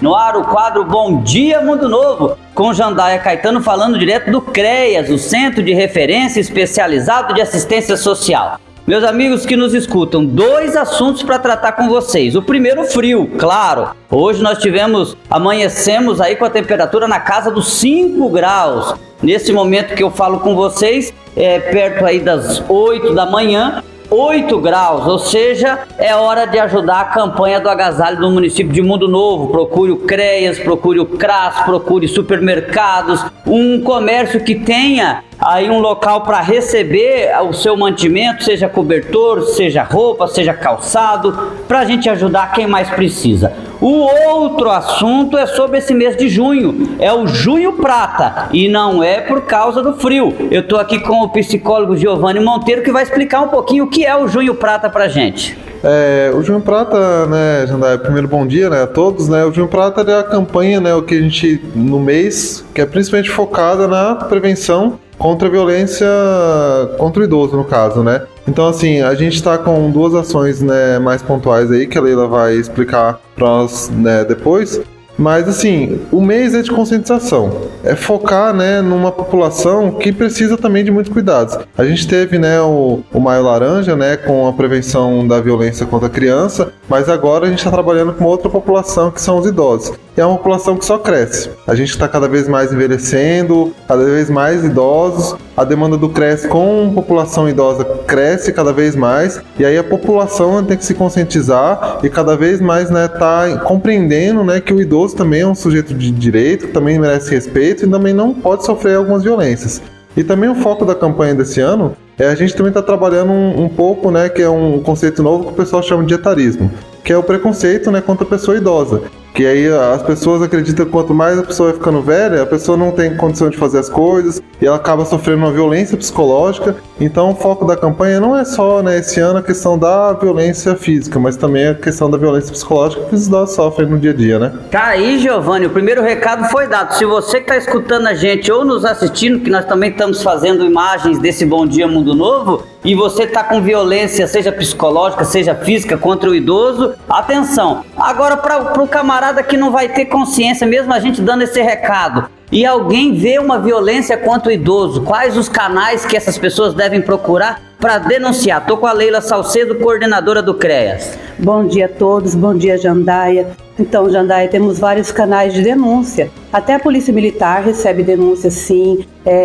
No ar, o quadro Bom Dia Mundo Novo, com Jandaia Caetano falando direto do CREAS, o Centro de Referência Especializado de Assistência Social. Meus amigos que nos escutam, 2 assuntos para tratar com vocês. O primeiro, o frio, claro. Hoje nós amanhecemos aí com a temperatura na casa dos 5 graus. Nesse momento que eu falo com vocês, perto aí das 8 da manhã, 8 graus, ou seja, é hora de ajudar a campanha do agasalho do município de Mundo Novo. Procure o CREAS, procure o CRAS, procure supermercados, um comércio que tenha aí um local para receber o seu mantimento, seja cobertor, seja roupa, seja calçado, para a gente ajudar quem mais precisa. O outro assunto é sobre esse mês de junho, é o Junho Prata, e não é por causa do frio. Eu estou aqui com o psicólogo Giovanni Monteiro, que vai explicar um pouquinho o que é o Junho Prata para a gente. O Junho Prata, né, Jandaia, primeiro bom dia, né, a todos, né, o Junho Prata é a campanha, né, o que a gente, no mês, que é principalmente focada na prevenção contra a violência contra o idoso, no caso, né. Então, assim, a gente está com 2 ações, né, mais pontuais aí, que a Leila vai explicar para nós, né, depois. Mas, assim, o mês é de conscientização, é focar, né, numa população que precisa também de muitos cuidados. A gente teve, né, o Maio Laranja, né, com a prevenção da violência contra a criança, mas agora a gente está trabalhando com outra população, que são os idosos. E é uma população que só cresce. A gente está cada vez mais envelhecendo, cada vez mais idosos, a demanda do CREAS com população idosa cresce cada vez mais, e aí a população tem que se conscientizar e cada vez mais, né, tá compreendendo, né, que o idoso também é um sujeito de direito, também merece respeito e também não pode sofrer algumas violências. E também o foco da campanha desse ano a gente também está trabalhando um pouco, né, que é um conceito novo que o pessoal chama de etarismo, que é o preconceito, né, contra a pessoa idosa. Que aí as pessoas acreditam que quanto mais a pessoa vai ficando velha, a pessoa não tem condição de fazer as coisas e ela acaba sofrendo uma violência psicológica. Então o foco da campanha não é só, né, esse ano a questão da violência física, mas também a questão da violência psicológica que os idosos sofrem no dia a dia, né? Tá aí, Giovanni, o primeiro recado foi dado. Se você que está escutando a gente ou nos assistindo, que nós também estamos fazendo imagens desse Bom Dia Mundo Novo, e você está com violência, seja psicológica, seja física, contra o idoso, atenção. Agora, para o camarada que não vai ter consciência, mesmo a gente dando esse recado, e alguém vê uma violência contra o idoso, quais os canais que essas pessoas devem procurar para denunciar? Estou com a Leila Salcedo, coordenadora do CREAS. Bom dia a todos, bom dia, Jandaia. Então, Jandaia, temos vários canais de denúncia. Até a Polícia Militar recebe denúncia, sim.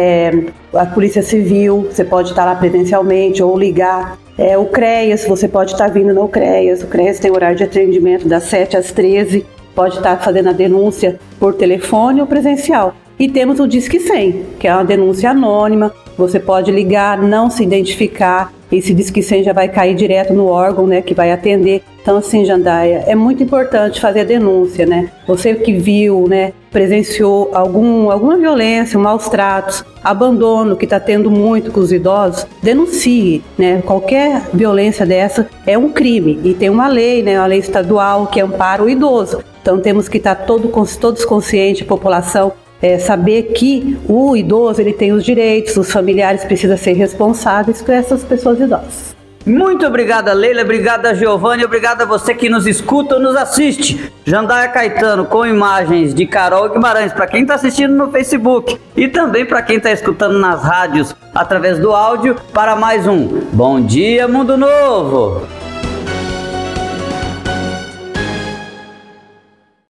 A Polícia Civil, você pode estar lá presencialmente ou ligar. O CREAS, você pode estar vindo no CREAS. O CREAS tem horário de atendimento das 7 às 13. Pode estar fazendo a denúncia por telefone ou presencial. E temos o Disque 100, que é uma denúncia anônima. Você pode ligar, não se identificar. Esse Disque 100 já vai cair direto no órgão, né, que vai atender. Então, assim, Jandaia, é muito importante fazer a denúncia, né? Você que viu, né, presenciou alguma violência, maus tratos, abandono que está tendo muito com os idosos, denuncie, né? Qualquer violência dessa é um crime e tem uma lei, né, uma lei estadual que ampara o idoso. Então, temos que estar todos conscientes, a população, saber que o idoso ele tem os direitos, os familiares precisam ser responsáveis por essas pessoas idosas. Muito obrigada, Leila, obrigada, Giovanni, obrigada a você que nos escuta ou nos assiste. Jandaia Caetano com imagens de Carol Guimarães, para quem está assistindo no Facebook e também para quem está escutando nas rádios através do áudio, para mais um Bom Dia Mundo Novo.